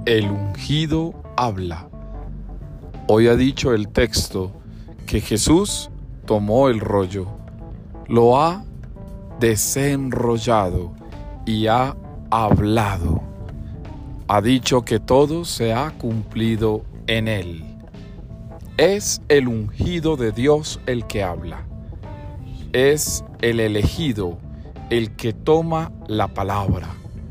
El ungido habla. Hoy ha dicho el texto que Jesús tomó el rollo, lo ha desenrollado y ha hablado. Ha dicho que todo se ha cumplido en él. Es el ungido de Dios el que habla. Es el elegido el que toma la palabra.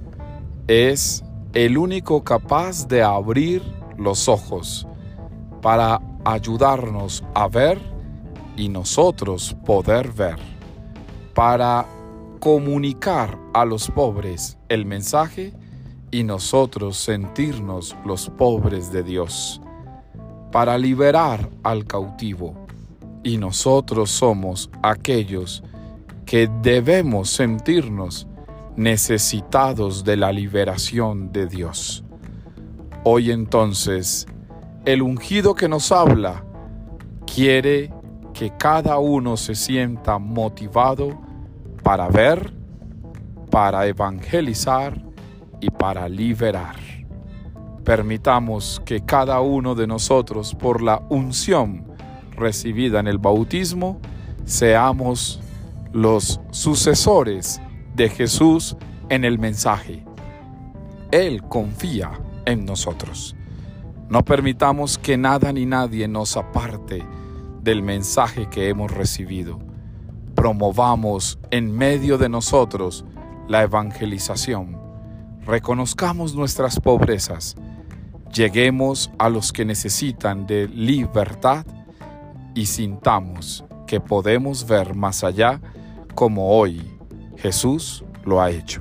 Es el único capaz de abrir los ojos para ayudarnos a ver y nosotros poder ver, para comunicar a los pobres el mensaje y nosotros sentirnos los pobres de Dios, para liberar al cautivo y nosotros somos aquellos que debemos sentirnos necesitados de la liberación de Dios. Hoy entonces, el ungido que nos habla quiere que cada uno se sienta motivado para ver, para evangelizar y para liberar. Permitamos que cada uno de nosotros, por la unción recibida en el bautismo, seamos los sucesores de Jesús en el mensaje. Él confía en nosotros. No permitamos que nada ni nadie nos aparte del mensaje que hemos recibido. Promovamos en medio de nosotros la evangelización. Reconozcamos nuestras pobrezas. Lleguemos a los que necesitan de libertad y sintamos que podemos ver más allá como hoy Jesús lo ha hecho.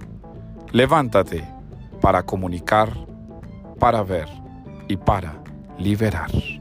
Levántate para comunicar, para ver y para liberar.